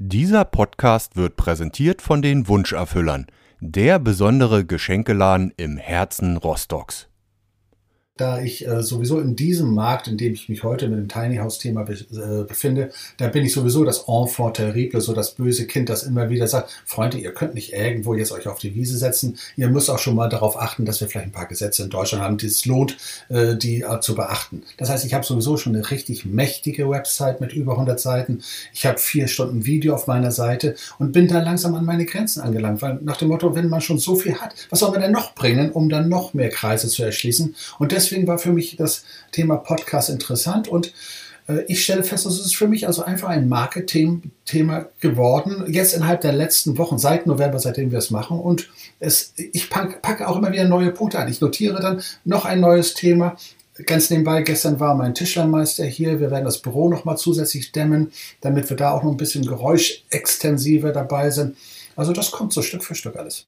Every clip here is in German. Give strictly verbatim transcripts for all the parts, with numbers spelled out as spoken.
Dieser Podcast wird präsentiert von den Wunscherfüllern, der besondere Geschenkeladen im Herzen Rostocks. Da ich äh, sowieso in diesem Markt, in dem ich mich heute mit dem Tiny House Thema be äh, befinde, da bin ich sowieso das Enfant terrible, so das böse Kind, das immer wieder sagt, Freunde, ihr könnt nicht irgendwo jetzt euch auf die Wiese setzen, ihr müsst auch schon mal darauf achten, dass wir vielleicht ein paar Gesetze in Deutschland haben, die es lohnt, äh, die äh, zu beachten. Das heißt, ich habe sowieso schon eine richtig mächtige Website mit über hundert Seiten, ich habe vier Stunden Video auf meiner Seite und bin da langsam an meine Grenzen angelangt, weil nach dem Motto, wenn man schon so viel hat, was soll man denn noch bringen, um dann noch mehr Kreise zu erschließen? Und deswegen Deswegen war für mich das Thema Podcast interessant und äh, ich stelle fest, es ist für mich also einfach ein Marketing-Thema geworden, jetzt innerhalb der letzten Wochen, seit November, seitdem wir es machen und es, ich packe auch immer wieder neue Punkte ein. Ich notiere dann noch ein neues Thema. Ganz nebenbei, gestern war mein Tischlermeister hier, wir werden das Büro nochmal zusätzlich dämmen, damit wir da auch noch ein bisschen geräuschextensiver dabei sind. Also das kommt so Stück für Stück alles.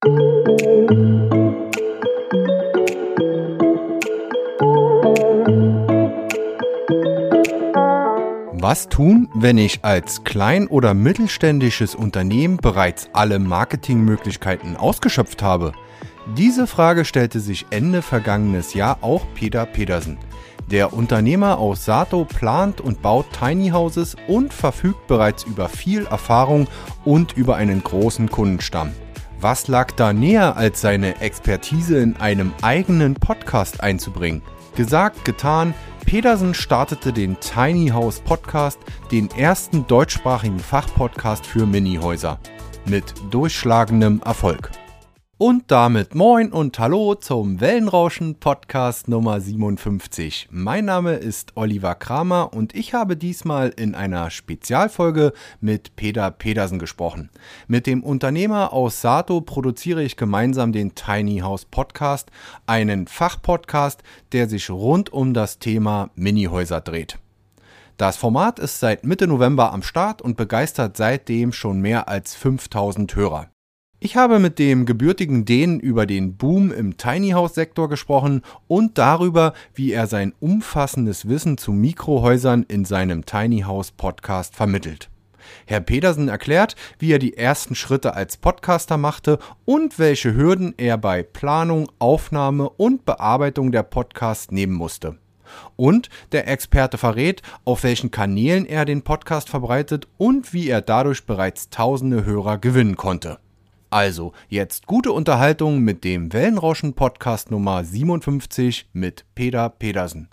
Was tun, wenn ich als klein- oder mittelständisches Unternehmen bereits alle Marketingmöglichkeiten ausgeschöpft habe? Diese Frage stellte sich Ende vergangenes Jahr auch Peter Pedersen. Der Unternehmer aus Sato plant und baut Tiny Houses und verfügt bereits über viel Erfahrung und über einen großen Kundenstamm. Was lag da näher, als seine Expertise in einem eigenen Podcast einzubringen? Gesagt, getan. Pedersen startete den Tiny House Podcast, den ersten deutschsprachigen Fachpodcast für Minihäuser, mit durchschlagendem Erfolg. Und damit moin und hallo zum Wellenrauschen Podcast Nummer siebenundfünfzig. Mein Name ist Oliver Kramer und ich habe diesmal in einer Spezialfolge mit Peter Pedersen gesprochen. Mit dem Unternehmer aus Sato produziere ich gemeinsam den Tiny House Podcast, einen Fachpodcast, der sich rund um das Thema Minihäuser dreht. Das Format ist seit Mitte November am Start und begeistert seitdem schon mehr als fünftausend Hörer. Ich habe mit dem gebürtigen Dänen über den Boom im Tiny House Sektor gesprochen und darüber, wie er sein umfassendes Wissen zu Mikrohäusern in seinem Tiny House Podcast vermittelt. Herr Pedersen erklärt, wie er die ersten Schritte als Podcaster machte und welche Hürden er bei Planung, Aufnahme und Bearbeitung der Podcasts nehmen musste. Und der Experte verrät, auf welchen Kanälen er den Podcast verbreitet und wie er dadurch bereits tausende Hörer gewinnen konnte. Also, jetzt gute Unterhaltung mit dem Wellenrauschen-Podcast Nummer siebenundfünfzig mit Peter Pedersen.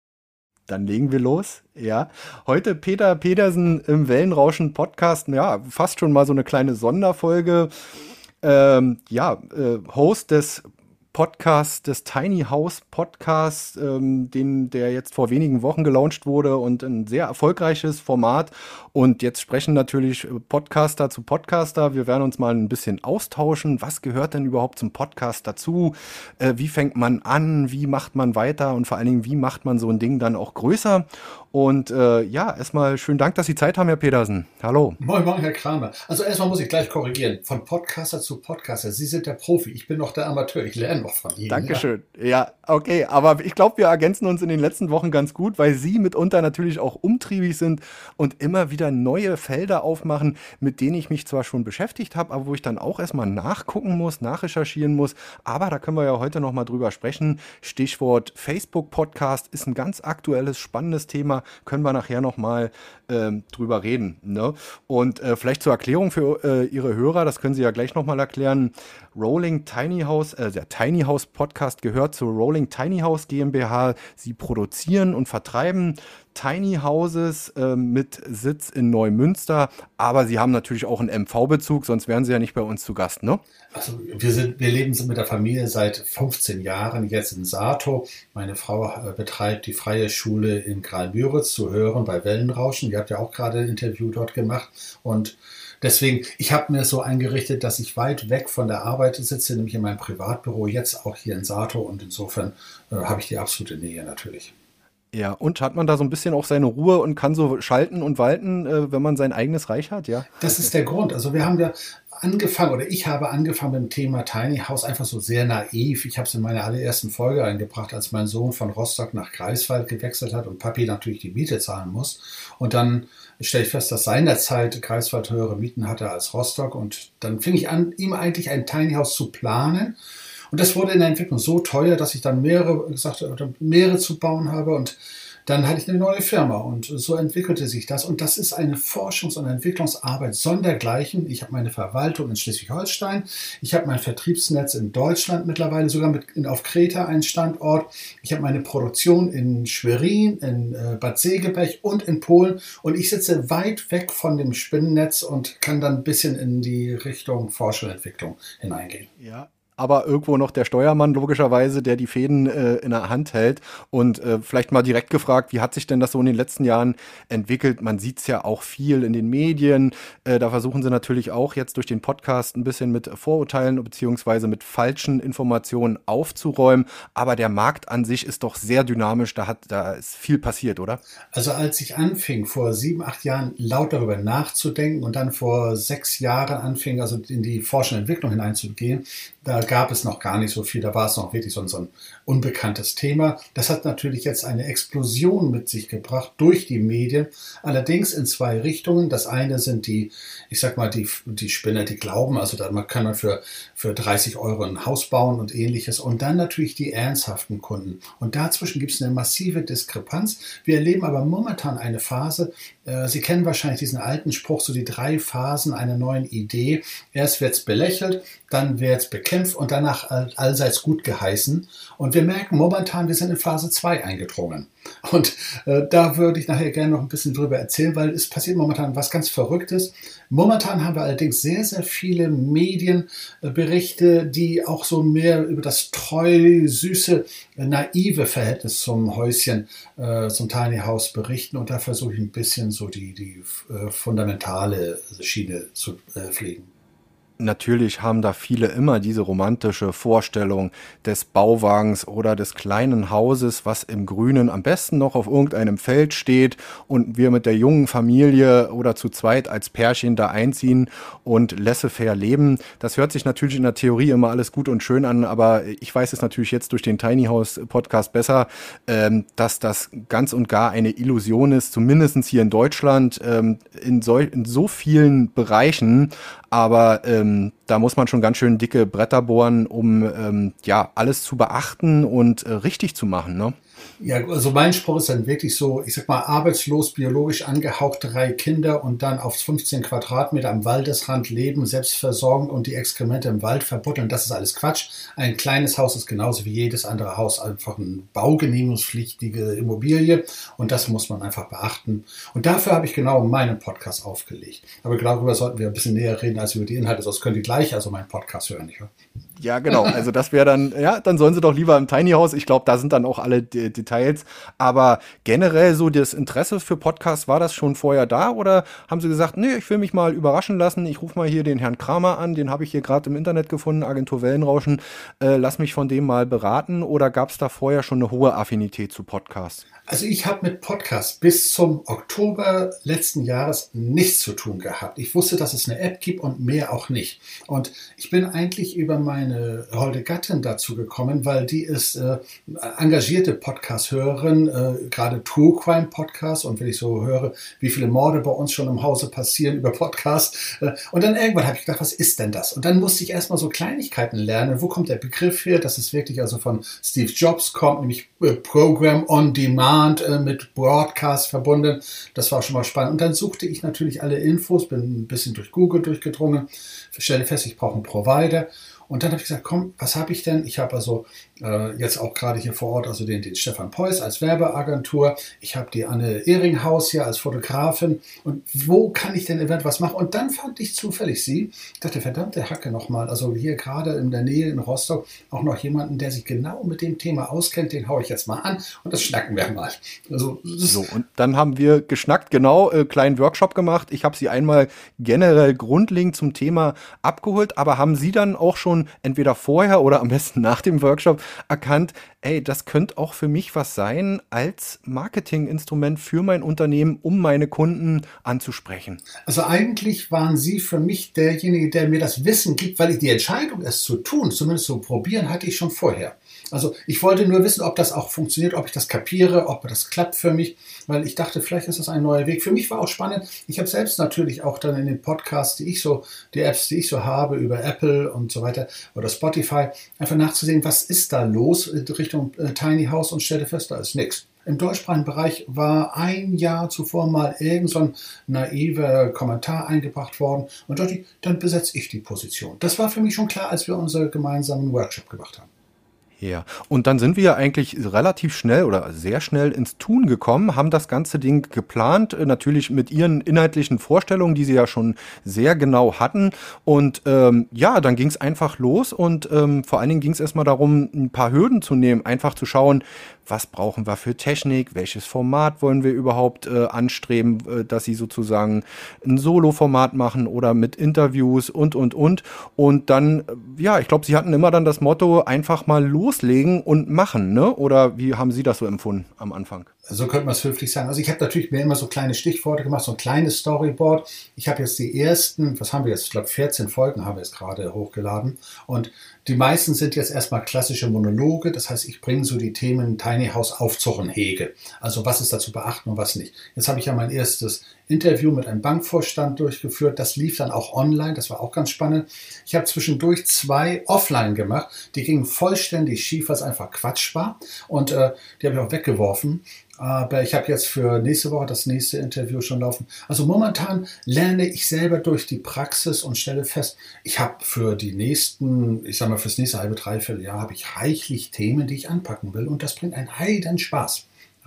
Dann legen wir los. Ja, heute Peter Pedersen im Wellenrauschen-Podcast. Ja, fast schon mal so eine kleine Sonderfolge. Ähm, ja, äh, Host des Podcasts, des Tiny House Podcasts, ähm, den, der jetzt vor wenigen Wochen gelauncht wurde und ein sehr erfolgreiches Format. Und jetzt sprechen natürlich Podcaster zu Podcaster. Wir werden uns mal ein bisschen austauschen. Was gehört denn überhaupt zum Podcast dazu? Äh, wie fängt man an? Wie macht man weiter? Und vor allen Dingen, wie macht man so ein Ding dann auch größer? Und äh, ja, erstmal schönen Dank, dass Sie Zeit haben, Herr Pedersen. Hallo. Moin, moin, Herr Kramer. Also erstmal muss ich gleich korrigieren. Von Podcaster zu Podcaster. Sie sind der Profi. Ich bin noch der Amateur. Ich lerne noch von Ihnen. Dankeschön. Ja, ja, okay. Aber ich glaube, wir ergänzen uns in den letzten Wochen ganz gut, weil Sie mitunter natürlich auch umtriebig sind und immer wieder neue Felder aufmachen, mit denen ich mich zwar schon beschäftigt habe, aber wo ich dann auch erstmal nachgucken muss, nachrecherchieren muss. Aber da können wir ja heute nochmal drüber sprechen. Stichwort Facebook-Podcast ist ein ganz aktuelles, spannendes Thema. Können wir nachher nochmal ähm, drüber reden. Ne? Und äh, vielleicht zur Erklärung für äh, Ihre Hörer, das können Sie ja gleich nochmal erklären. Rolling Tiny House, äh, der Tiny House Podcast gehört zur Rolling Tiny House GmbH. Sie produzieren und vertreiben Tiny Houses äh, mit Sitz in Neumünster, aber Sie haben natürlich auch einen M V-Bezug, sonst wären Sie ja nicht bei uns zu Gast, ne? Also wir sind, wir leben mit der Familie seit fünfzehn Jahren jetzt in Sato. Meine Frau äh, betreibt die freie Schule in Graal-Müritz zu hören bei Wellenrauschen. Ihr habt ja auch gerade ein Interview dort gemacht und deswegen, ich habe mir das so eingerichtet, dass ich weit weg von der Arbeit sitze, nämlich in meinem Privatbüro, jetzt auch hier in Sato und insofern äh, habe ich die absolute Nähe natürlich. Ja, und hat man da so ein bisschen auch seine Ruhe und kann so schalten und walten, äh, wenn man sein eigenes Reich hat, ja? Das ist der Grund. Also wir haben ja angefangen, oder ich habe angefangen mit dem Thema Tiny House einfach so sehr naiv. Ich habe es in meiner allerersten Folge eingebracht, als mein Sohn von Rostock nach Greifswald gewechselt hat und Papi natürlich die Miete zahlen muss. Und dann stelle ich fest, dass seinerzeit Greifswald höhere Mieten hatte als Rostock. Und dann fing ich an, ihm eigentlich ein Tiny House zu planen. Und das wurde in der Entwicklung so teuer, dass ich dann mehrere gesagt habe, mehrere zu bauen habe. Und dann hatte ich eine neue Firma und so entwickelte sich das. Und das ist eine Forschungs- und Entwicklungsarbeit sondergleichen. Ich habe meine Verwaltung in Schleswig-Holstein. Ich habe mein Vertriebsnetz in Deutschland mittlerweile, sogar mit, in, auf Kreta einen Standort. Ich habe meine Produktion in Schwerin, in äh, Bad Segeberg und in Polen. Und ich sitze weit weg von dem Spinnennetz und kann dann ein bisschen in die Richtung Forschung und Entwicklung hineingehen. Ja. Aber irgendwo noch der Steuermann logischerweise, der die Fäden äh, in der Hand hält. Und äh, vielleicht mal direkt gefragt, wie hat sich denn das so in den letzten Jahren entwickelt? Man sieht es ja auch viel in den Medien. Äh, da versuchen sie natürlich auch jetzt durch den Podcast ein bisschen mit Vorurteilen beziehungsweise mit falschen Informationen aufzuräumen. Aber der Markt an sich ist doch sehr dynamisch. Da hat, da ist viel passiert, oder? Also als ich anfing, vor sieben, acht Jahren laut darüber nachzudenken und dann vor sechs Jahren anfing, also in die Forschung und Entwicklung hineinzugehen, da gab es noch gar nicht so viel, da war es noch wirklich so ein, so ein unbekanntes Thema. Das hat natürlich jetzt eine Explosion mit sich gebracht durch die Medien, allerdings in zwei Richtungen. Das eine sind die, ich sag mal, die, die Spinner, die glauben, also da kann man für, für dreißig Euro ein Haus bauen und ähnliches. Und dann natürlich die ernsthaften Kunden. Und dazwischen gibt es eine massive Diskrepanz. Wir erleben aber momentan eine Phase, äh, Sie kennen wahrscheinlich diesen alten Spruch, so die drei Phasen einer neuen Idee. Erst wird es belächelt, dann wird es bekämpft und danach allseits gut geheißen. Und wir merken momentan, wir sind in Phase zwei eingedrungen. Und äh, da würde ich nachher gerne noch ein bisschen drüber erzählen, weil es passiert momentan was ganz Verrücktes. Momentan haben wir allerdings sehr, sehr viele Medienberichte, die auch so mehr über das treu, süße, naive Verhältnis zum Häuschen, äh, zum Tiny House berichten. Und da versuche ich ein bisschen so die, die äh, fundamentale Schiene zu äh, pflegen. Natürlich haben da viele immer diese romantische Vorstellung des Bauwagens oder des kleinen Hauses, was im Grünen am besten noch auf irgendeinem Feld steht und wir mit der jungen Familie oder zu zweit als Pärchen da einziehen und laissez-faire leben. Das hört sich natürlich in der Theorie immer alles gut und schön an, aber ich weiß es natürlich jetzt durch den Tiny House Podcast besser, ähm, dass das ganz und gar eine Illusion ist, zumindest hier in Deutschland, ähm, in, so, in so vielen Bereichen. Aber ähm, da muss man schon ganz schön dicke Bretter bohren, um ähm, ja alles zu beachten und äh, richtig zu machen, ne? Ja, also mein Spruch ist dann wirklich so, ich sag mal, arbeitslos, biologisch angehaucht, drei Kinder und dann auf fünfzehn Quadratmeter am Waldesrand leben, selbstversorgend und die Exkremente im Wald verbuddeln. Das ist alles Quatsch. Ein kleines Haus ist genauso wie jedes andere Haus einfach eine baugenehmigungspflichtige Immobilie und das muss man einfach beachten. Und dafür habe ich genau meinen Podcast aufgelegt. Aber darüber sollten wir ein bisschen näher reden als über die Inhalte, sonst könnt ihr gleich also meinen Podcast hören, nicht wahr? Ja, genau. Also das wäre dann, ja, dann sollen sie doch lieber im Tiny House. Ich glaube, da sind dann auch alle D- Details. Aber generell so das Interesse für Podcasts, war das schon vorher da? Oder haben sie gesagt, nee, ich will mich mal überraschen lassen. Ich rufe mal hier den Herrn Kramer an. Den habe ich hier gerade im Internet gefunden, Agentur Wellenrauschen. Äh, lass mich von dem mal beraten. Oder gab es da vorher schon eine hohe Affinität zu Podcasts? Also ich habe mit Podcasts bis zum Oktober letzten Jahres nichts zu tun gehabt. Ich wusste, dass es eine App gibt und mehr auch nicht. Und ich bin eigentlich über meine holde Gattin dazu gekommen, weil die ist äh, engagierte Podcast-Hörerin, äh, gerade True Crime Podcasts. Und wenn ich so höre, wie viele Morde bei uns schon im Hause passieren über Podcasts. Äh, und dann irgendwann habe ich gedacht, was ist denn das? Und dann musste ich erstmal so Kleinigkeiten lernen. Wo kommt der Begriff her? Dass es wirklich also von Steve Jobs kommt, nämlich äh, Program on Demand mit Broadcast verbunden. Das war schon mal spannend. Und dann suchte ich natürlich alle Infos, bin ein bisschen durch Google durchgedrungen, stelle fest, ich brauche einen Provider. Und dann habe ich gesagt, komm, was habe ich denn? Ich habe also äh, jetzt auch gerade hier vor Ort also den, den Stefan Peuß als Werbeagentur. Ich habe die Anne Ehringhaus hier als Fotografin. Und wo kann ich denn eventuell was machen? Und dann fand ich zufällig sie. Ich dachte, verdammte Hacke nochmal. Also hier gerade in der Nähe in Rostock auch noch jemanden, der sich genau mit dem Thema auskennt. Den haue ich jetzt mal an und das schnacken wir mal. Also, so, und dann haben wir geschnackt, genau, äh, kleinen Workshop gemacht. Ich habe sie einmal generell grundlegend zum Thema abgeholt. Aber haben Sie dann auch schon schon entweder vorher oder am besten nach dem Workshop erkannt, ey, das könnte auch für mich was sein als Marketinginstrument für mein Unternehmen, um meine Kunden anzusprechen? Also eigentlich waren Sie für mich derjenige, der mir das Wissen gibt, weil ich die Entscheidung, es zu tun, zumindest zu probieren, hatte ich schon vorher. Also ich wollte nur wissen, ob das auch funktioniert, ob ich das kapiere, ob das klappt für mich, weil ich dachte, vielleicht ist das ein neuer Weg. Für mich war auch spannend. Ich habe selbst natürlich auch dann in den Podcasts, die ich so, die Apps, die ich so habe, über Apple und so weiter oder Spotify, einfach nachzusehen, was ist da los in Richtung äh, Tiny House, und stellte fest, da ist nichts. Im deutschsprachigen Bereich war ein Jahr zuvor mal irgend so ein naiver Kommentar eingebracht worden und dachte ich, dann besetze ich die Position. Das war für mich schon klar, als wir unseren gemeinsamen Workshop gemacht haben. Ja, und dann sind wir ja eigentlich relativ schnell oder sehr schnell ins Tun gekommen, haben das ganze Ding geplant, äh, natürlich mit Ihren inhaltlichen Vorstellungen, die Sie ja schon sehr genau hatten. Und ähm, ja, dann ging es einfach los und ähm, vor allen Dingen ging es erstmal darum, ein paar Hürden zu nehmen, einfach zu schauen, was brauchen wir für Technik, welches Format wollen wir überhaupt äh, anstreben, äh, dass Sie sozusagen ein Solo-Format machen oder mit Interviews und, und, und. Und dann, äh, ja, ich glaube, Sie hatten immer dann das Motto, einfach mal loslegen und machen, ne? Oder wie haben Sie das so empfunden am Anfang? So könnte man es höflich sagen. Also ich habe natürlich mir immer so kleine Stichworte gemacht, so ein kleines Storyboard. Ich habe jetzt die ersten, was haben wir jetzt? Ich glaube vierzehn Folgen haben wir jetzt gerade hochgeladen. Und die meisten sind jetzt erstmal klassische Monologe. Das heißt, ich bringe so die Themen Tiny House Aufzug und Hege. Also was ist da zu beachten und was nicht. Jetzt habe ich ja mein erstes Interview mit einem Bankvorstand durchgeführt. Das lief dann auch online. Das war auch ganz spannend. Ich habe zwischendurch zwei offline gemacht. Die gingen vollständig schief, was einfach Quatsch war. Und äh, die habe ich auch weggeworfen. Aber ich habe jetzt für nächste Woche das nächste Interview schon laufen. Also momentan lerne ich selber durch die Praxis und stelle fest, ich habe für die nächsten, ich sag mal fürs nächste halbe, dreiviertel Jahr, habe ich reichlich Themen, die ich anpacken will. Und das bringt einen heiden Spaß.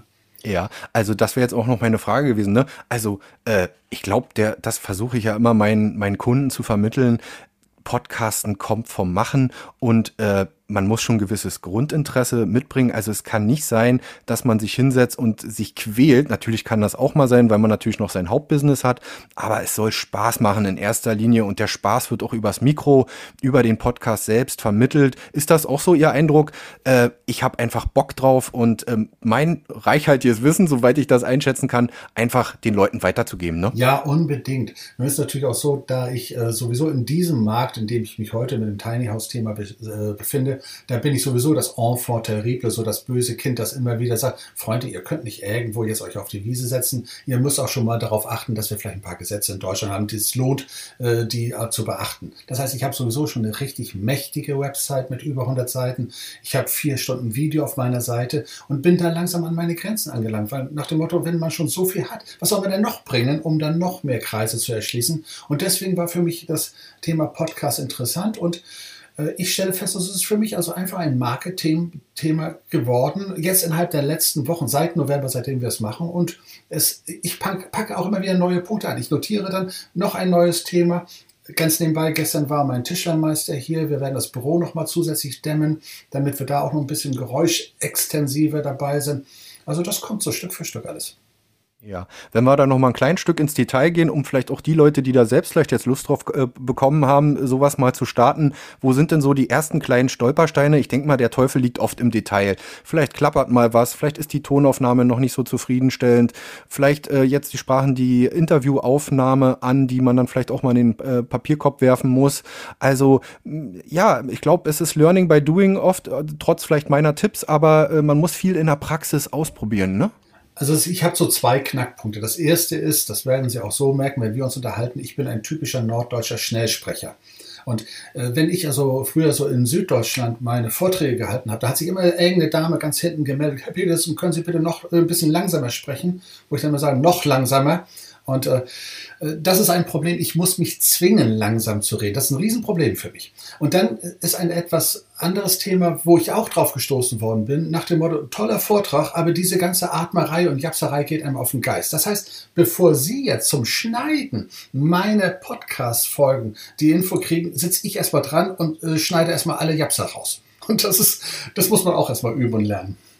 Ja, also das wäre jetzt auch noch meine Frage gewesen, ne? Also äh, ich glaube, der, das versuche ich ja immer meinen, meinen Kunden zu vermitteln. Podcasten kommt vom Machen und äh, man muss schon ein gewisses Grundinteresse mitbringen. Also es kann nicht sein, dass man sich hinsetzt und sich quält. Natürlich kann das auch mal sein, weil man natürlich noch sein Hauptbusiness hat. Aber es soll Spaß machen in erster Linie. Und der Spaß wird auch übers Mikro, über den Podcast selbst vermittelt. Ist das auch so Ihr Eindruck? Äh, ich habe einfach Bock drauf und ähm, mein reichhaltiges Wissen, soweit ich das einschätzen kann, einfach den Leuten weiterzugeben. Ne? Ja, unbedingt. Nun ist es natürlich auch so, da ich äh, sowieso in diesem Markt, in dem ich mich heute mit dem Tiny House Thema be- äh, befinde, da bin ich sowieso das Enfant terrible, so das böse Kind, das immer wieder sagt, Freunde, ihr könnt nicht irgendwo jetzt euch auf die Wiese setzen. Ihr müsst auch schon mal darauf achten, dass wir vielleicht ein paar Gesetze in Deutschland haben, die es lohnt, äh, die äh, zu beachten. Das heißt, ich habe sowieso schon eine richtig mächtige Website mit über hundert Seiten. Ich habe vier Stunden Video auf meiner Seite und bin da langsam an meine Grenzen angelangt, weil nach dem Motto, wenn man schon so viel hat, was soll man denn noch bringen, um dann noch mehr Kreise zu erschließen? Und deswegen war für mich das Thema Podcast interessant und ich stelle fest, es ist für mich also einfach ein Marketing-Thema geworden, jetzt innerhalb der letzten Wochen, seit November, seitdem wir es machen. Und es, ich packe auch immer wieder neue Punkte an. Ich notiere dann noch ein neues Thema. Ganz nebenbei, gestern war mein Tischlermeister hier. Wir werden das Büro nochmal zusätzlich dämmen, damit wir da auch noch ein bisschen geräuschextensiver dabei sind. Also das kommt so Stück für Stück alles. Ja, wenn wir da noch mal ein kleines Stück ins Detail gehen, um vielleicht auch die Leute, die da selbst vielleicht jetzt Lust drauf äh, bekommen haben, sowas mal zu starten, wo sind denn so die ersten kleinen Stolpersteine? Ich denke mal, der Teufel liegt oft im Detail. Vielleicht klappert mal was, vielleicht ist die Tonaufnahme noch nicht so zufriedenstellend, vielleicht äh, jetzt, die sprachen die Interviewaufnahme an, die man dann vielleicht auch mal in den äh, Papierkorb werfen muss. Also ja, ich glaube, es ist Learning by Doing oft, äh, trotz vielleicht meiner Tipps, aber äh, man muss viel in der Praxis ausprobieren, ne? Also ich habe so zwei Knackpunkte. Das erste ist, das werden Sie auch so merken, wenn wir uns unterhalten, ich bin ein typischer norddeutscher Schnellsprecher. Und äh, wenn ich also früher so in Süddeutschland meine Vorträge gehalten habe, da hat sich immer irgendeine Dame ganz hinten gemeldet, Herr Petersen, können Sie bitte noch ein bisschen langsamer sprechen? Wo ich dann immer sage, noch langsamer. Und äh, das ist ein Problem, ich muss mich zwingen, langsam zu reden. Das ist ein Riesenproblem für mich. Und dann ist ein etwas anderes Thema, wo ich auch drauf gestoßen worden bin, nach dem Motto, toller Vortrag, aber diese ganze Atmerei und Japserei geht einem auf den Geist. Das heißt, bevor Sie jetzt zum Schneiden meiner Podcast-Folgen die Info kriegen, sitze ich erstmal dran und äh, schneide erstmal alle Japser raus. Und das ist, das muss man auch erstmal üben und lernen.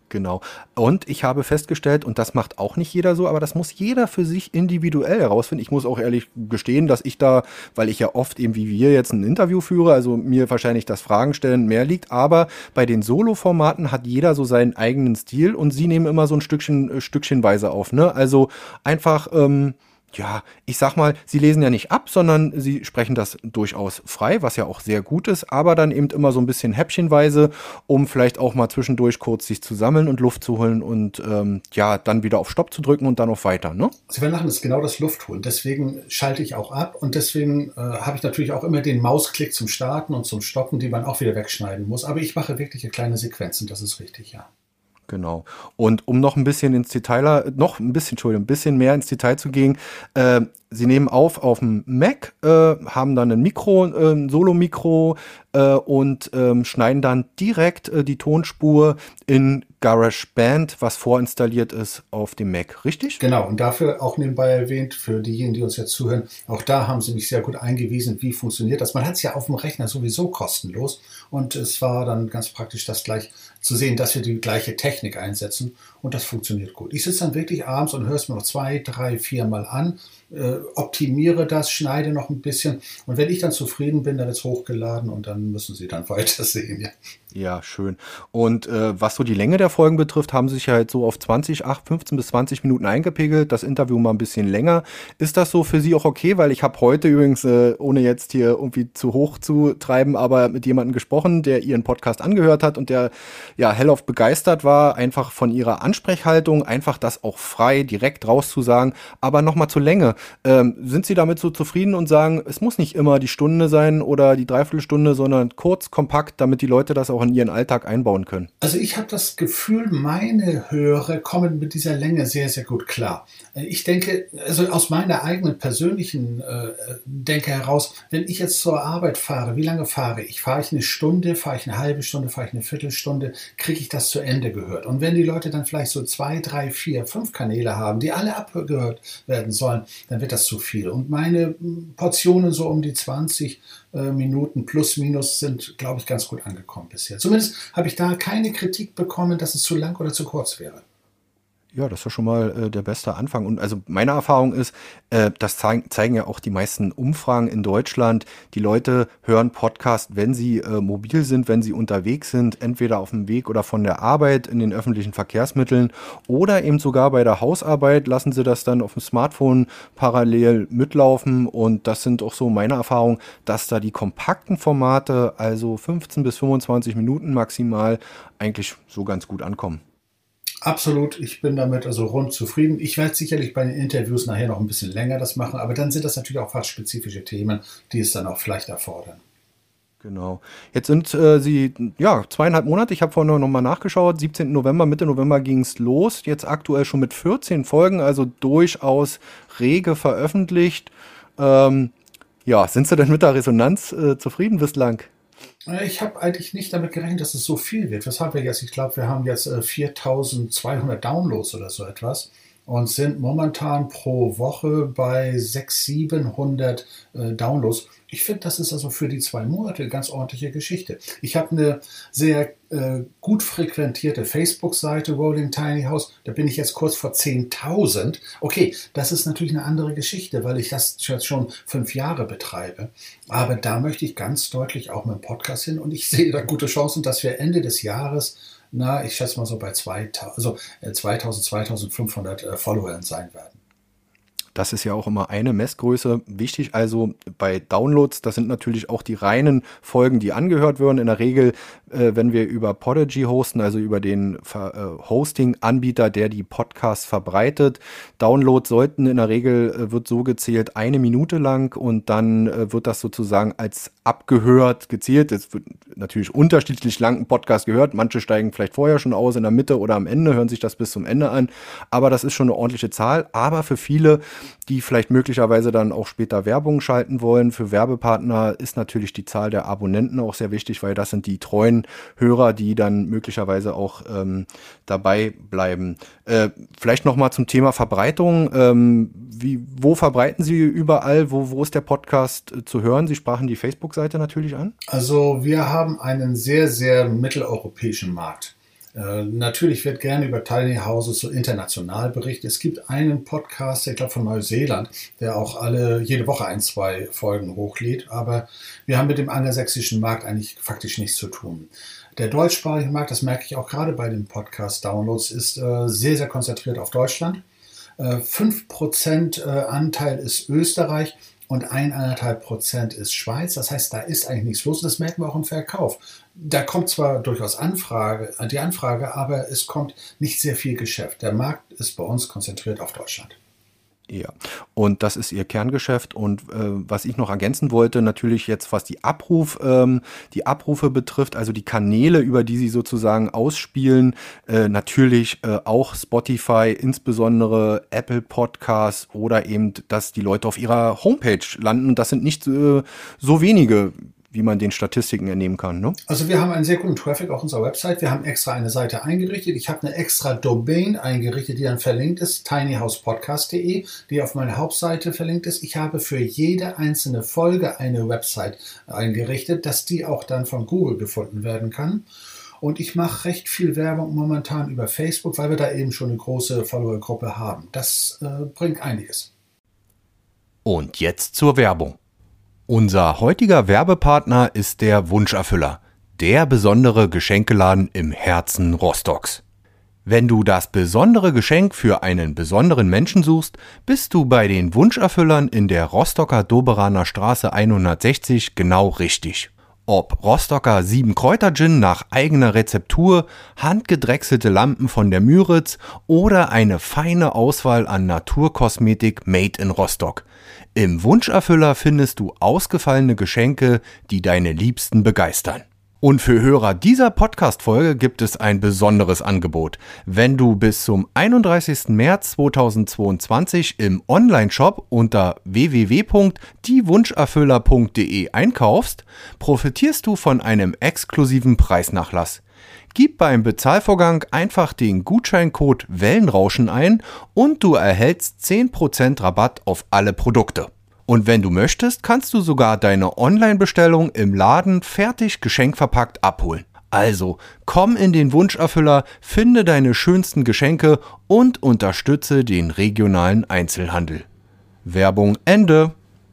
Genau. Und ich habe festgestellt, und das macht auch nicht jeder so, aber das muss jeder für sich individuell herausfinden. Ich muss auch ehrlich gestehen, dass ich da, weil ich ja oft eben wie wir jetzt ein Interview führe, also mir wahrscheinlich das Fragen stellen mehr liegt, aber bei den Solo-Formaten hat jeder so seinen eigenen Stil und sie nehmen immer so ein Stückchen, äh, Stückchenweise auf, ne? Also einfach, ähm, ja, ich sag mal, sie lesen ja nicht ab, sondern sie sprechen das durchaus frei, was ja auch sehr gut ist, aber dann eben immer so ein bisschen häppchenweise, um vielleicht auch mal zwischendurch kurz sich zu sammeln und Luft zu holen und ähm, ja, dann wieder auf Stopp zu drücken und dann auf weiter, ne? Sie werden lachen, das ist genau das Luftholen. Deswegen schalte ich auch ab und deswegen äh, habe ich natürlich auch immer den Mausklick zum Starten und zum Stoppen, die man auch wieder wegschneiden muss. Aber ich mache wirkliche kleine Sequenzen, das ist richtig, ja. Genau. Und um noch ein bisschen ins Detail, noch ein bisschen, Entschuldigung, ein bisschen mehr ins Detail zu gehen, äh, sie nehmen auf auf dem Mac, äh, haben dann ein Mikro, äh, ein Solo-Mikro äh, und ähm, schneiden dann direkt äh, die Tonspur in GarageBand, was vorinstalliert ist, auf dem Mac, richtig? Genau, und dafür auch nebenbei erwähnt, für diejenigen, die uns jetzt zuhören, auch da haben sie mich sehr gut eingewiesen, wie funktioniert das. Man hat es ja auf dem Rechner sowieso kostenlos und es war dann ganz praktisch, das gleich zu sehen, dass wir die gleiche Technik einsetzen und das funktioniert gut. Ich sitze dann wirklich abends und höre es mir noch zwei, drei, vier Mal an, äh, optimiere das, schneide noch ein bisschen und wenn ich dann zufrieden bin, dann wird es hochgeladen und dann müssen Sie dann weitersehen. Ja. Ja, schön. Und äh, was so die Länge der Folgen betrifft, haben sie sich halt so auf zwanzig, ach, fünfzehn bis zwanzig Minuten eingepegelt. Das Interview mal ein bisschen länger. Ist das so für Sie auch okay? Weil ich habe heute übrigens, äh, ohne jetzt hier irgendwie zu hoch zu treiben, aber mit jemandem gesprochen, der Ihren Podcast angehört hat und der ja hellauf begeistert war, einfach von Ihrer Ansprechhaltung, einfach das auch frei, direkt rauszusagen. Aber nochmal zur Länge. Ähm, sind Sie damit so zufrieden und sagen, es muss nicht immer die Stunde sein oder die Dreiviertelstunde, sondern kurz, kompakt, damit die Leute das auch in ihren Alltag einbauen können? Also ich habe das Gefühl, meine Hörer kommen mit dieser Länge sehr, sehr gut klar. Ich denke, also aus meiner eigenen persönlichen äh, Denke heraus, wenn ich jetzt zur Arbeit fahre, wie lange fahre ich? Fahre ich eine Stunde, fahre ich eine halbe Stunde, fahre ich eine Viertelstunde, kriege ich das zu Ende gehört. Und wenn die Leute dann vielleicht so zwei, drei, vier, fünf Kanäle haben, die alle abgehört werden sollen, dann wird das zu viel. Und meine Portionen so um die zwanzig Minuten plus minus sind, glaube ich, ganz gut angekommen bisher. Zumindest habe ich da keine Kritik bekommen, dass es zu lang oder zu kurz wäre. Ja, das ist ja schon mal äh, der beste Anfang. Und also meine Erfahrung ist, äh, das zeigen, zeigen ja auch die meisten Umfragen in Deutschland. Die Leute hören Podcast, wenn sie äh, mobil sind, wenn sie unterwegs sind, entweder auf dem Weg oder von der Arbeit in den öffentlichen Verkehrsmitteln oder eben sogar bei der Hausarbeit lassen sie das dann auf dem Smartphone parallel mitlaufen. Und das sind auch so meine Erfahrungen, dass da die kompakten Formate, also fünfzehn bis fünfundzwanzig Minuten maximal, eigentlich so ganz gut ankommen. Absolut, ich bin damit also rund zufrieden. Ich werde sicherlich bei den Interviews nachher noch ein bisschen länger das machen, aber dann sind das natürlich auch fachspezifische Themen, die es dann auch vielleicht erfordern. Genau. Jetzt sind äh, sie, ja, zweieinhalb Monate. Ich habe vorhin noch mal nachgeschaut. siebzehnten November, Mitte November ging es los. Jetzt aktuell schon mit vierzehn Folgen, also durchaus rege veröffentlicht. Ähm, ja, sind Sie denn mit der Resonanz äh, zufrieden bislang? Ich habe eigentlich nicht damit gerechnet, dass es so viel wird. Was haben wir jetzt? Ich glaube, wir haben jetzt äh, viertausendzweihundert Downloads oder so etwas und sind momentan pro Woche bei sechshundert, siebenhundert äh, Downloads. Ich finde, das ist also für die zwei Monate eine ganz ordentliche Geschichte. Ich habe eine sehr äh, gut frequentierte Facebook-Seite, Rolling Tiny House. Da bin ich jetzt kurz vor zehntausend. Okay, das ist natürlich eine andere Geschichte, weil ich das jetzt schon fünf Jahre betreibe. Aber da möchte ich ganz deutlich auch mit dem Podcast hin und ich sehe da gute Chancen, dass wir Ende des Jahres, na, ich schätze mal so bei zweitausend, also zweitausend, zweitausendfünfhundert äh, Followern sein werden. Das ist ja auch immer eine Messgröße wichtig. Also bei Downloads, das sind natürlich auch die reinen Folgen, die angehört werden. In der Regel, äh, wenn wir über Podigy hosten, also über den Ver- äh, Hosting-Anbieter, der die Podcasts verbreitet. Downloads sollten in der Regel, äh, wird so gezählt, eine Minute lang und dann äh, wird das sozusagen als abgehört gezählt. Es wird natürlich unterschiedlich lang ein Podcast gehört. Manche steigen vielleicht vorher schon aus, in der Mitte oder am Ende, hören sich das bis zum Ende an. Aber das ist schon eine ordentliche Zahl. Aber für viele, die vielleicht möglicherweise dann auch später Werbung schalten wollen, für Werbepartner ist natürlich die Zahl der Abonnenten auch sehr wichtig, weil das sind die treuen Hörer, die dann möglicherweise auch ähm, dabei bleiben. Äh, vielleicht nochmal zum Thema Verbreitung. Ähm, wie, wo verbreiten Sie überall? Wo, wo ist der Podcast äh, zu hören? Sie sprachen die Facebook-Seite natürlich an. Also wir haben einen sehr, sehr mitteleuropäischen Markt. Äh, natürlich wird gerne über Tiny Houses so international berichtet. Es gibt einen Podcast, ich glaube von Neuseeland, der auch alle jede Woche ein, zwei Folgen hochlädt. Aber wir haben mit dem angelsächsischen Markt eigentlich faktisch nichts zu tun. Der deutschsprachige Markt, das merke ich auch gerade bei den Podcast-Downloads, ist äh, sehr, sehr konzentriert auf Deutschland. Äh, fünf Prozent äh, Anteil ist Österreich und ein Komma fünf Prozent ist Schweiz. Das heißt, da ist eigentlich nichts los. Das merken wir auch im Verkauf. Da kommt zwar durchaus Anfrage, die Anfrage, aber es kommt nicht sehr viel Geschäft. Der Markt ist bei uns konzentriert auf Deutschland. Ja, und das ist Ihr Kerngeschäft. Und äh, was ich noch ergänzen wollte, natürlich jetzt, was die Abruf, ähm, die Abrufe betrifft, also die Kanäle, über die Sie sozusagen ausspielen, äh, natürlich äh, auch Spotify, insbesondere Apple Podcasts oder eben, dass die Leute auf ihrer Homepage landen. Und das sind nicht äh, so wenige, wie man den Statistiken entnehmen kann, ne? Also wir haben einen sehr guten Traffic auf unserer Website. Wir haben extra eine Seite eingerichtet. Ich habe eine extra Domain eingerichtet, die dann verlinkt ist, tinyhousepodcast punkt de, die auf meiner Hauptseite verlinkt ist. Ich habe für jede einzelne Folge eine Website eingerichtet, dass die auch dann von Google gefunden werden kann. Und ich mache recht viel Werbung momentan über Facebook, weil wir da eben schon eine große Followergruppe haben. Das äh, bringt einiges. Und jetzt zur Werbung. Unser heutiger Werbepartner ist der Wunscherfüller, der besondere Geschenkeladen im Herzen Rostocks. Wenn du das besondere Geschenk für einen besonderen Menschen suchst, bist du bei den Wunscherfüllern in der Rostocker Doberaner Straße hundertsechzig genau richtig. Ob Rostocker Siebenkräuter-Gin nach eigener Rezeptur, handgedrechselte Lampen von der Müritz oder eine feine Auswahl an Naturkosmetik made in Rostock. Im Wunscherfüller findest du ausgefallene Geschenke, die deine Liebsten begeistern. Und für Hörer dieser Podcast-Folge gibt es ein besonderes Angebot. Wenn du bis zum einunddreißigsten März zweitausendzweiundzwanzig im Onlineshop unter w w w punkt die wunscherfüller punkt de einkaufst, profitierst du von einem exklusiven Preisnachlass. Gib beim Bezahlvorgang einfach den Gutscheincode Wellenrauschen ein und du erhältst zehn Prozent Rabatt auf alle Produkte. Und wenn du möchtest, kannst du sogar deine Online-Bestellung im Laden fertig geschenkverpackt abholen. Also, komm in den Wunscherfüller, finde deine schönsten Geschenke und unterstütze den regionalen Einzelhandel. Werbung Ende.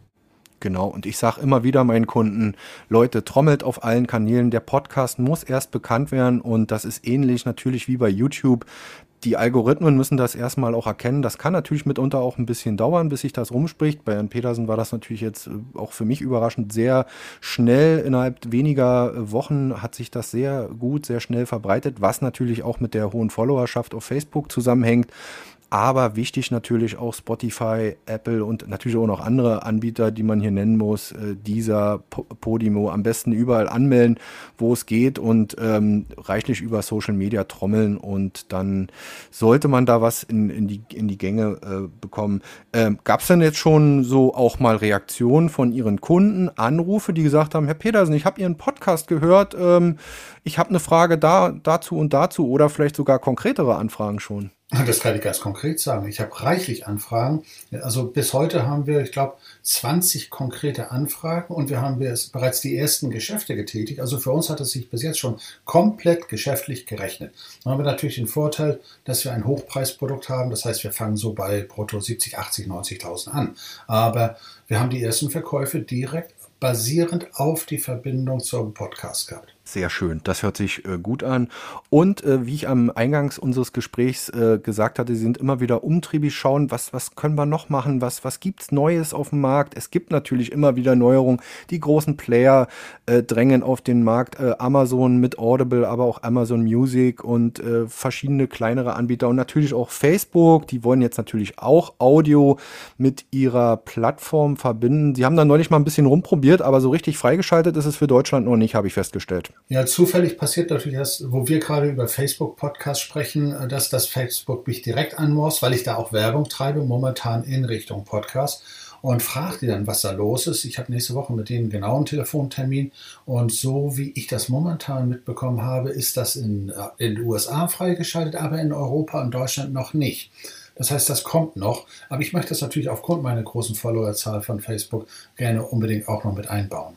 Genau, und ich sage immer wieder meinen Kunden, Leute, trommelt auf allen Kanälen, der Podcast muss erst bekannt werden und das ist ähnlich natürlich wie bei YouTube. Die Algorithmen müssen das erstmal auch erkennen. Das kann natürlich mitunter auch ein bisschen dauern, bis sich das rumspricht. Bei Jan Petersen war das natürlich jetzt auch für mich überraschend sehr schnell. Innerhalb weniger Wochen hat sich das sehr gut, sehr schnell verbreitet, was natürlich auch mit der hohen Followerschaft auf Facebook zusammenhängt. Aber wichtig natürlich auch Spotify, Apple und natürlich auch noch andere Anbieter, die man hier nennen muss. Äh, Deezer, Podimo, am besten überall anmelden, wo es geht und ähm, reichlich über Social Media trommeln und dann sollte man da was in, in, die, in die Gänge äh, bekommen. Ähm, Gab es denn jetzt schon so auch mal Reaktionen von Ihren Kunden, Anrufe, die gesagt haben, Herr Petersen, ich habe Ihren Podcast gehört, ähm, ich habe eine Frage da, dazu und dazu oder vielleicht sogar konkretere Anfragen schon? Das kann ich ganz konkret sagen. Ich habe reichlich Anfragen. Also bis heute haben wir, ich glaube, zwanzig konkrete Anfragen und wir haben bereits die ersten Geschäfte getätigt. Also für uns hat es sich bis jetzt schon komplett geschäftlich gerechnet. Dann haben wir natürlich den Vorteil, dass wir ein Hochpreisprodukt haben. Das heißt, wir fangen so bei brutto siebzig, achtzig, neunzigtausend an. Aber wir haben die ersten Verkäufe direkt basierend auf die Verbindung zum Podcast gehabt. Sehr schön, das hört sich äh, gut an. Und äh, wie ich am Eingangs unseres Gesprächs äh, gesagt hatte, Sie sind immer wieder umtriebig, schauen, was, was können wir noch machen, was, was gibt es Neues auf dem Markt. Es gibt natürlich immer wieder Neuerungen. Die großen Player äh, drängen auf den Markt, äh, Amazon mit Audible, aber auch Amazon Music und äh, verschiedene kleinere Anbieter und natürlich auch Facebook. Die wollen jetzt natürlich auch Audio mit ihrer Plattform verbinden. Sie haben da neulich mal ein bisschen rumprobiert, aber so richtig freigeschaltet ist es für Deutschland noch nicht, habe ich festgestellt. Ja, zufällig passiert natürlich das, wo wir gerade über Facebook-Podcast sprechen, dass das Facebook mich direkt anmorst, weil ich da auch Werbung treibe, momentan in Richtung Podcast und fragt die dann, was da los ist. Ich habe nächste Woche mit denen genau einen Telefontermin und so wie ich das momentan mitbekommen habe, ist das in, in den U S A freigeschaltet, aber in Europa und Deutschland noch nicht. Das heißt, das kommt noch, aber ich möchte das natürlich aufgrund meiner großen Followerzahl von Facebook gerne unbedingt auch noch mit einbauen.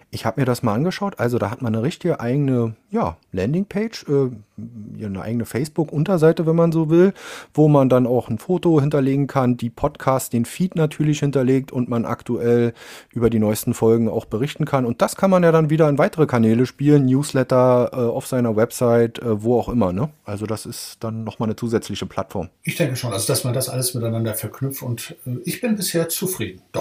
Ich habe mir das mal angeschaut. Also da hat man eine richtige eigene ja, Landingpage, äh, eine eigene Facebook-Unterseite, wenn man so will, wo man dann auch ein Foto hinterlegen kann, die Podcast, den Feed natürlich hinterlegt und man aktuell über die neuesten Folgen auch berichten kann. Und das kann man ja dann wieder in weitere Kanäle spielen, Newsletter äh, auf seiner Website, äh, wo auch immer. Ne? Also das ist dann nochmal eine zusätzliche Plattform. Ich denke schon, also dass man das alles miteinander verknüpft und äh, ich bin bisher zufrieden, doch.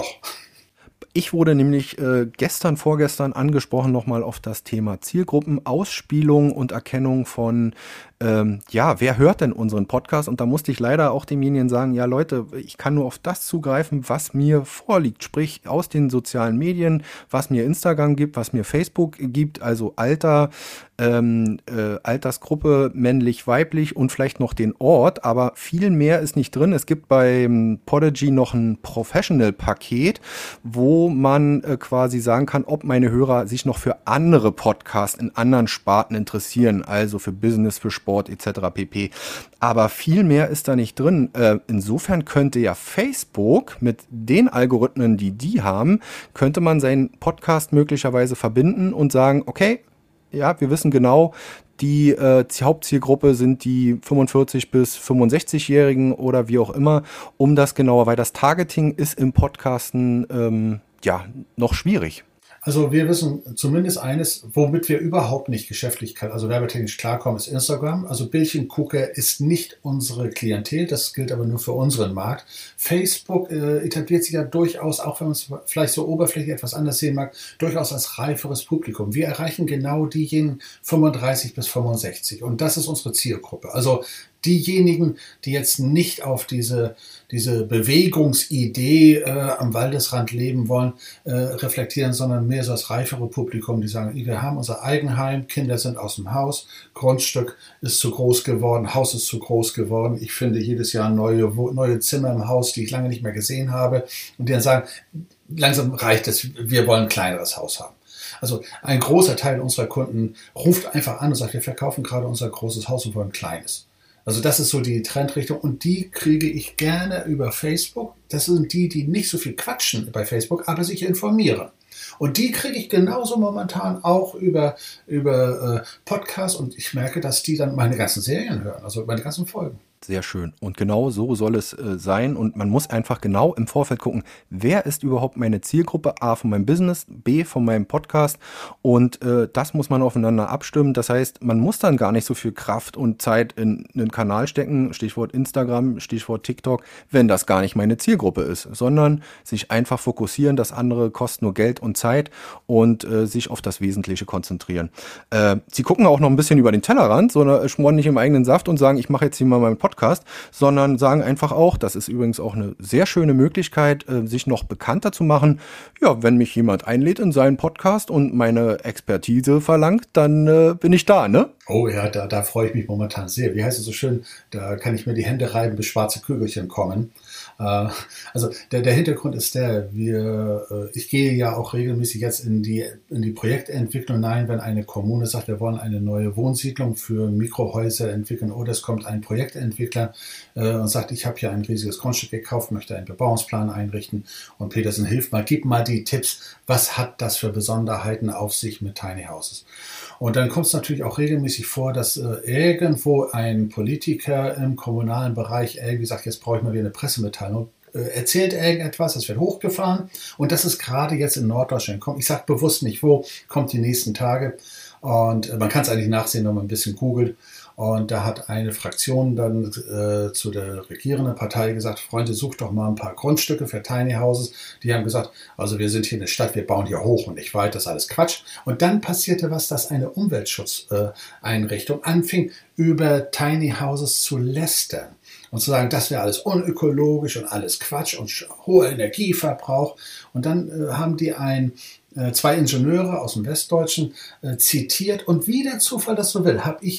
Ich wurde nämlich äh, gestern, vorgestern angesprochen nochmal auf das Thema Zielgruppen, Ausspielung und Erkennung von, ähm, ja, wer hört denn unseren Podcast? Und da musste ich leider auch demjenigen sagen, ja Leute, ich kann nur auf das zugreifen, was mir vorliegt, sprich aus den sozialen Medien, was mir Instagram gibt, was mir Facebook gibt, also Alter, ähm, äh, Altersgruppe, männlich, weiblich und vielleicht noch den Ort, aber viel mehr ist nicht drin. Es gibt beim Podigy noch ein Professional-Paket, wo man äh, quasi sagen kann, ob meine Hörer sich noch für andere Podcasts in anderen Sparten interessieren, also für Business, für Sport et cetera pp. Aber viel mehr ist da nicht drin. Äh, insofern könnte ja Facebook mit den Algorithmen, die die haben, könnte man seinen Podcast möglicherweise verbinden und sagen, okay, ja, wir wissen genau, die äh, Hauptzielgruppe sind die fünfundvierzig bis fünfundsechzig-Jährigen oder wie auch immer, um das genauer, weil das Targeting ist im Podcasten ähm, ja noch schwierig. Also wir wissen zumindest eines, womit wir überhaupt nicht geschäftlich, also werbetechnisch klarkommen, ist Instagram. Also Bildchengucker ist nicht unsere Klientel, das gilt aber nur für unseren Markt. Facebook äh, etabliert sich ja durchaus, auch wenn man es vielleicht so oberflächlich etwas anders sehen mag, durchaus als reiferes Publikum. Wir erreichen genau diejenigen fünfunddreißig bis fünfundsechzig und das ist unsere Zielgruppe. Also diejenigen, die jetzt nicht auf diese, diese Bewegungsidee äh, am Waldesrand leben wollen, äh, reflektieren, sondern mehr so das reifere Publikum, die sagen, wir haben unser Eigenheim, Kinder sind aus dem Haus, Grundstück ist zu groß geworden, Haus ist zu groß geworden, ich finde jedes Jahr neue, neue Zimmer im Haus, die ich lange nicht mehr gesehen habe und die dann sagen, langsam reicht es, wir wollen ein kleineres Haus haben. Also ein großer Teil unserer Kunden ruft einfach an und sagt, wir verkaufen gerade unser großes Haus und wollen ein kleines. Also das ist so die Trendrichtung und die kriege ich gerne über Facebook. Das sind die, die nicht so viel quatschen bei Facebook, aber sich informieren. Und die kriege ich genauso momentan auch über, über äh, Podcasts und ich merke, dass die dann meine ganzen Serien hören, also meine ganzen Folgen. Sehr schön. Und genau so soll es äh, sein. Und man muss einfach genau im Vorfeld gucken, wer ist überhaupt meine Zielgruppe? A, von meinem Business, B, von meinem Podcast. Und äh, das muss man aufeinander abstimmen. Das heißt, man muss dann gar nicht so viel Kraft und Zeit in einen Kanal stecken, Stichwort Instagram, Stichwort TikTok, wenn das gar nicht meine Zielgruppe ist, sondern sich einfach fokussieren. Das andere kostet nur Geld und Zeit und äh, sich auf das Wesentliche konzentrieren. Äh, sie gucken auch noch ein bisschen über den Tellerrand, sondern schmoren nicht im eigenen Saft und sagen, ich mache jetzt hier mal meinen Podcast. Podcast, sondern sagen einfach auch, das ist übrigens auch eine sehr schöne Möglichkeit, sich noch bekannter zu machen. Ja, wenn mich jemand einlädt in seinen Podcast und meine Expertise verlangt, dann äh, bin ich da, ne? Oh ja, da, da freue ich mich momentan sehr. Wie heißt es so schön? Da kann ich mir die Hände reiben, bis schwarze Kügelchen kommen. Äh, also der, der Hintergrund ist der, wir, äh, ich gehe ja auch regelmäßig jetzt in die, in die Projektentwicklung hinein, wenn eine Kommune sagt, wir wollen eine neue Wohnsiedlung für Mikrohäuser entwickeln oder es kommt ein Projektentwickler äh, und sagt, ich habe hier ein riesiges Grundstück gekauft, möchte einen Bebauungsplan einrichten und Petersen hilft mal, gib mal die Tipps, was hat das für Besonderheiten auf sich mit Tiny Houses. Und dann kommt es natürlich auch regelmäßig vor, dass äh, irgendwo ein Politiker im kommunalen Bereich irgendwie sagt, jetzt brauche ich mal wieder eine Pressemitteilung, äh, erzählt irgendetwas, es wird hochgefahren und das ist gerade jetzt in Norddeutschland kommt. Ich sage bewusst nicht wo, kommt die nächsten Tage und äh, man kann es eigentlich nachsehen, wenn man ein bisschen googelt. Und da hat eine Fraktion dann äh, zu der regierenden Partei gesagt, Freunde, sucht doch mal ein paar Grundstücke für Tiny Houses. Die haben gesagt, also wir sind hier eine Stadt, wir bauen hier hoch und nicht weit, das ist alles Quatsch. Und dann passierte was, dass eine Umweltschutzeinrichtung äh, anfing, über Tiny Houses zu lästern. Und zu sagen, das wäre alles unökologisch und alles Quatsch und hoher Energieverbrauch. Und dann äh, haben die ein äh, zwei Ingenieure aus dem Westdeutschen äh, zitiert. Und wie der Zufall das so will, habe ich als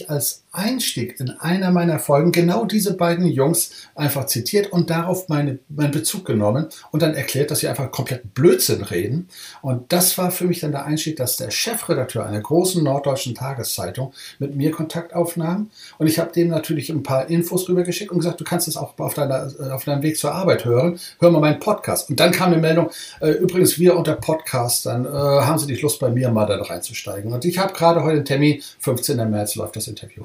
Einstieg in einer meiner Folgen genau diese beiden Jungs einfach zitiert und darauf meine, meinen Bezug genommen und dann erklärt, dass sie einfach komplett Blödsinn reden. Und das war für mich dann der Einstieg, dass der Chefredakteur einer großen norddeutschen Tageszeitung mit mir Kontakt aufnahm. Und ich habe dem natürlich ein paar Infos rübergeschickt und gesagt, du kannst es auch auf, deiner, auf deinem Weg zur Arbeit hören. Hör mal meinen Podcast. Und dann kam eine Meldung, äh, übrigens, wir unter Podcastern, äh, haben Sie nicht Lust, bei mir mal da noch einzusteigen? Und ich habe gerade heute einen Termin, fünfzehnten März läuft das Interview.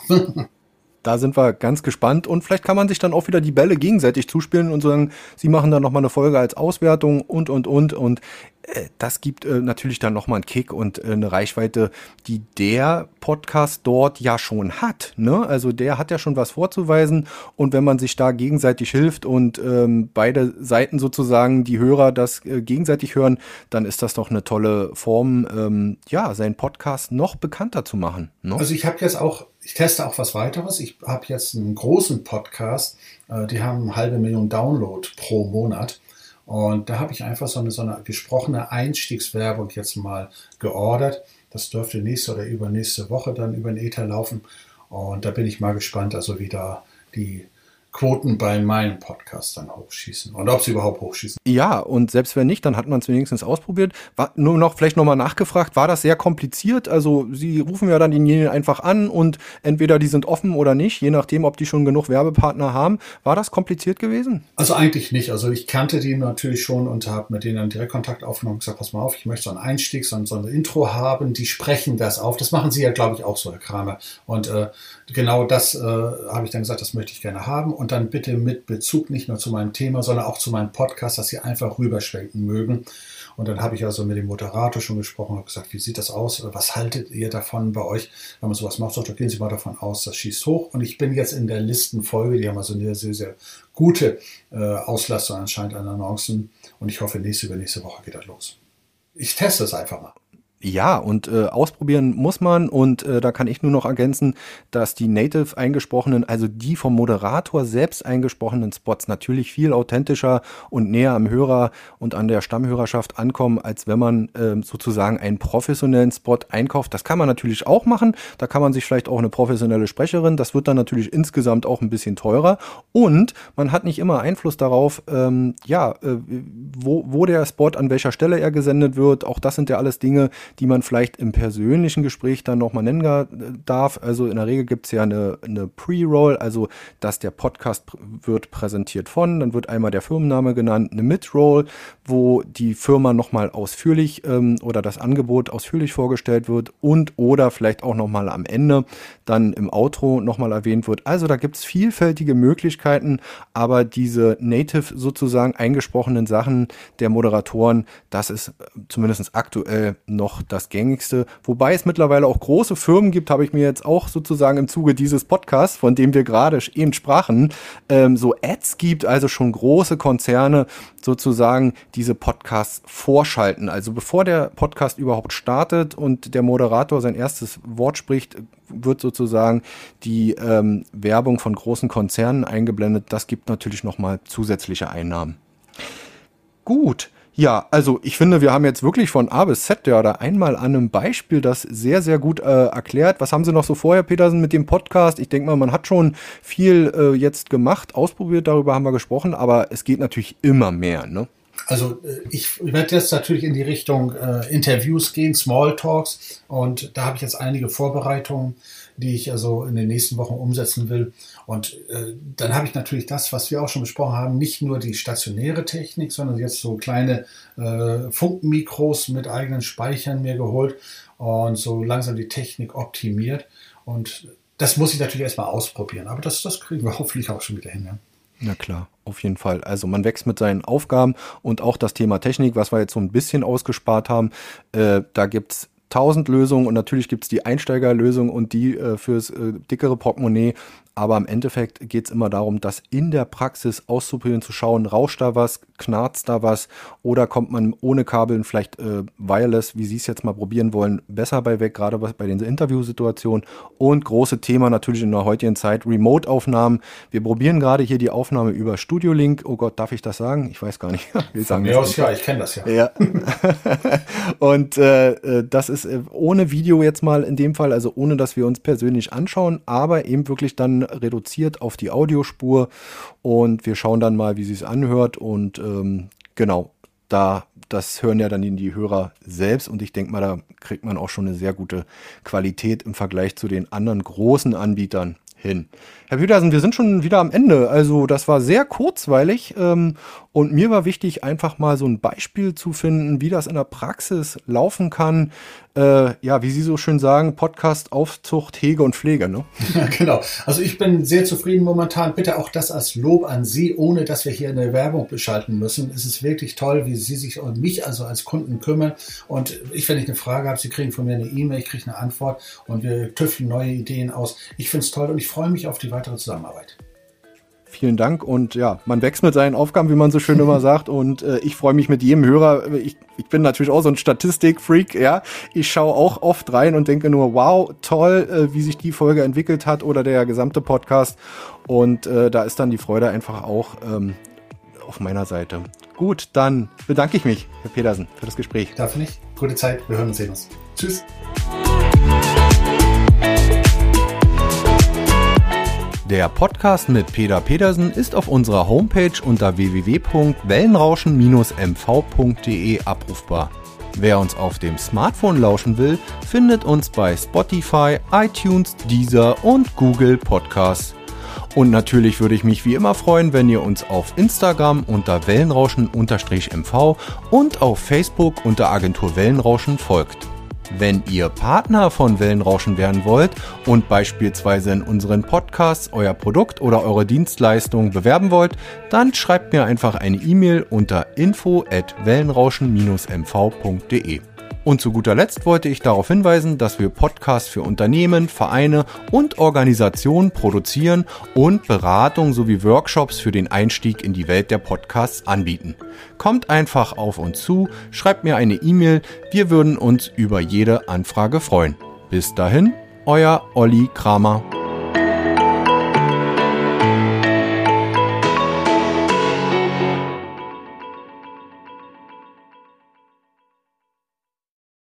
Da sind wir ganz gespannt und vielleicht kann man sich dann auch wieder die Bälle gegenseitig zuspielen und sagen, sie machen dann nochmal eine Folge als Auswertung und, und, und. Und äh, das gibt äh, natürlich dann nochmal einen Kick und äh, eine Reichweite, die der Podcast dort ja schon hat. Ne? Also der hat ja schon was vorzuweisen und wenn man sich da gegenseitig hilft und ähm, beide Seiten sozusagen, die Hörer das äh, gegenseitig hören, dann ist das doch eine tolle Form, ähm, ja, seinen Podcast noch bekannter zu machen. Ne? Also ich habe jetzt auch Ich teste auch was weiteres. Ich habe jetzt einen großen Podcast, äh, die haben eine halbe Million Download pro Monat. Und da habe ich einfach so eine, so eine gesprochene Einstiegswerbung jetzt mal geordert. Das dürfte nächste oder übernächste Woche dann über den Ether laufen. Und da bin ich mal gespannt, also wie da die Quoten bei meinem Podcast dann hochschießen und ob sie überhaupt hochschießen. Ja, und selbst wenn nicht, dann hat man es wenigstens ausprobiert. War nur noch vielleicht nochmal nachgefragt, war das sehr kompliziert? Also Sie rufen ja dann denjenigen einfach an und entweder die sind offen oder nicht, je nachdem, ob die schon genug Werbepartner haben. War das kompliziert gewesen? Also eigentlich nicht. Also ich kannte die natürlich schon und habe mit denen dann direkt Kontakt aufgenommen und gesagt, pass mal auf, ich möchte so einen Einstieg, so ein, so ein Intro haben. Die sprechen das auf. Das machen Sie ja, glaube ich, auch so, Herr Kramer. Und äh, genau das äh, habe ich dann gesagt, das möchte ich gerne haben. Und dann bitte mit Bezug nicht nur zu meinem Thema, sondern auch zu meinem Podcast, dass Sie einfach rüberschwenken mögen. Und dann habe ich also mit dem Moderator schon gesprochen und gesagt, wie sieht das aus? Was haltet ihr davon bei euch, wenn man sowas macht? Sagt, gehen Sie mal davon aus, das schießt hoch. Und ich bin jetzt in der Listenfolge, die haben also eine sehr, sehr gute äh, Auslastung anscheinend an Annoncen. Und ich hoffe, nächste, übernächste Woche geht das los. Ich teste es einfach mal. Ja, und äh, ausprobieren muss man und äh, da kann ich nur noch ergänzen, dass die native eingesprochenen, also die vom Moderator selbst eingesprochenen Spots natürlich viel authentischer und näher am Hörer und an der Stammhörerschaft ankommen, als wenn man äh, sozusagen einen professionellen Spot einkauft. Das kann man natürlich auch machen, da kann man sich vielleicht auch eine professionelle Sprecherin, das wird dann natürlich insgesamt auch ein bisschen teurer und man hat nicht immer Einfluss darauf, ähm, ja, äh, wo, wo der Spot, an welcher Stelle er gesendet wird, auch das sind ja alles Dinge, die man vielleicht im persönlichen Gespräch dann nochmal nennen darf. Also in der Regel gibt es ja eine, eine Pre-Roll, also dass der Podcast wird präsentiert von, dann wird einmal der Firmenname genannt, eine Mid-Roll, wo die Firma nochmal ausführlich ähm, oder das Angebot ausführlich vorgestellt wird und oder vielleicht auch nochmal am Ende dann im Outro nochmal erwähnt wird. Also da gibt es vielfältige Möglichkeiten, aber diese native sozusagen eingesprochenen Sachen der Moderatoren, das ist zumindest aktuell noch das Gängigste. Wobei es mittlerweile auch große Firmen gibt, habe ich mir jetzt auch sozusagen im Zuge dieses Podcasts, von dem wir gerade eben sprachen, ähm, so Ads gibt, also schon große Konzerne sozusagen diese Podcasts vorschalten. Also bevor der Podcast überhaupt startet und der Moderator sein erstes Wort spricht, wird sozusagen die ähm, Werbung von großen Konzernen eingeblendet. Das gibt natürlich nochmal zusätzliche Einnahmen. Gut. Ja, also ich finde, wir haben jetzt wirklich von A bis Z ja da einmal an einem Beispiel das sehr, sehr gut äh, erklärt. Was haben Sie noch so vorher, Petersen, mit dem Podcast? Ich denke mal, man hat schon viel äh, jetzt gemacht, ausprobiert, darüber haben wir gesprochen, aber es geht natürlich immer mehr, ne? Also ich werde jetzt natürlich in die Richtung äh, Interviews gehen, Smalltalks und da habe ich jetzt einige Vorbereitungen, die ich also in den nächsten Wochen umsetzen will. Und äh, dann habe ich natürlich das, was wir auch schon besprochen haben, nicht nur die stationäre Technik, sondern jetzt so kleine äh, Funkmikros mit eigenen Speichern mir geholt und so langsam die Technik optimiert. Und das muss ich natürlich erstmal ausprobieren, aber das, das kriegen wir hoffentlich auch schon wieder hin. Ja. Na klar, auf jeden Fall. Also man wächst mit seinen Aufgaben und auch das Thema Technik, was wir jetzt so ein bisschen ausgespart haben, äh, da gibt's tausend Lösungen und natürlich gibt's die Einsteigerlösung und die äh, fürs äh, dickere Portemonnaie. Aber im Endeffekt geht es immer darum, das in der Praxis auszuprobieren, zu schauen, rauscht da was, knarzt da was oder kommt man ohne Kabeln vielleicht äh, wireless, wie Sie es jetzt mal probieren wollen, besser bei weg, gerade was bei den Interviewsituationen. Und große Thema natürlich in der heutigen Zeit, Remote-Aufnahmen. Wir probieren gerade hier die Aufnahme über Studio Link. Oh Gott, darf ich das sagen? Ich weiß gar nicht. Wir sagen ja, ja, ich kenne das ja. Ja. Und äh, das ist ohne Video jetzt mal in dem Fall, also ohne, dass wir uns persönlich anschauen, aber eben wirklich dann reduziert auf die Audiospur und wir schauen dann mal, wie sie es anhört und ähm, genau, da das hören ja dann die Hörer selbst und ich denke mal, da kriegt man auch schon eine sehr gute Qualität im Vergleich zu den anderen großen Anbietern hin. Herr Petersen, wir sind schon wieder am Ende, also das war sehr kurzweilig ähm, und mir war wichtig, einfach mal so ein Beispiel zu finden, wie das in der Praxis laufen kann. Äh, ja, wie Sie so schön sagen, Podcast, Aufzucht, Hege und Pflege, ne? Ja, genau. Also ich bin sehr zufrieden momentan. Bitte auch das als Lob an Sie, ohne dass wir hier eine Werbung beschalten müssen. Es ist wirklich toll, wie Sie sich um mich also als Kunden kümmern. Und ich, wenn ich eine Frage habe, Sie kriegen von mir eine E-Mail, ich kriege eine Antwort und wir tüfteln neue Ideen aus. Ich finde es toll und ich freue mich auf die weitere Zusammenarbeit. Vielen Dank und ja, man wächst mit seinen Aufgaben, wie man so schön immer sagt und äh, ich freue mich mit jedem Hörer. Ich, ich bin natürlich auch so ein Statistik-Freak, ja. Ich schaue auch oft rein und denke nur, wow, toll, äh, wie sich die Folge entwickelt hat oder der gesamte Podcast und äh, da ist dann die Freude einfach auch ähm, auf meiner Seite. Gut, dann bedanke ich mich, Herr Petersen, für das Gespräch. Darf nicht? Gute Zeit, wir hören und sehen uns. Tschüss. Der Podcast mit Peter Petersen ist auf unserer Homepage unter w w w punkt wellenrauschen Bindestrich m v punkt d e abrufbar. Wer uns auf dem Smartphone lauschen will, findet uns bei Spotify, iTunes, Deezer und Google Podcasts. Und natürlich würde ich mich wie immer freuen, wenn ihr uns auf Instagram unter wellenrauschen-m v und auf Facebook unter Agentur Wellenrauschen folgt. Wenn ihr Partner von Wellenrauschen werden wollt und beispielsweise in unseren Podcasts euer Produkt oder eure Dienstleistung bewerben wollt, dann schreibt mir einfach eine E-Mail unter info at wellenrauschen Bindestrich m v punkt d e. Und zu guter Letzt wollte ich darauf hinweisen, dass wir Podcasts für Unternehmen, Vereine und Organisationen produzieren und Beratung sowie Workshops für den Einstieg in die Welt der Podcasts anbieten. Kommt einfach auf uns zu, schreibt mir eine E-Mail, wir würden uns über jede Anfrage freuen. Bis dahin, euer Olli Kramer.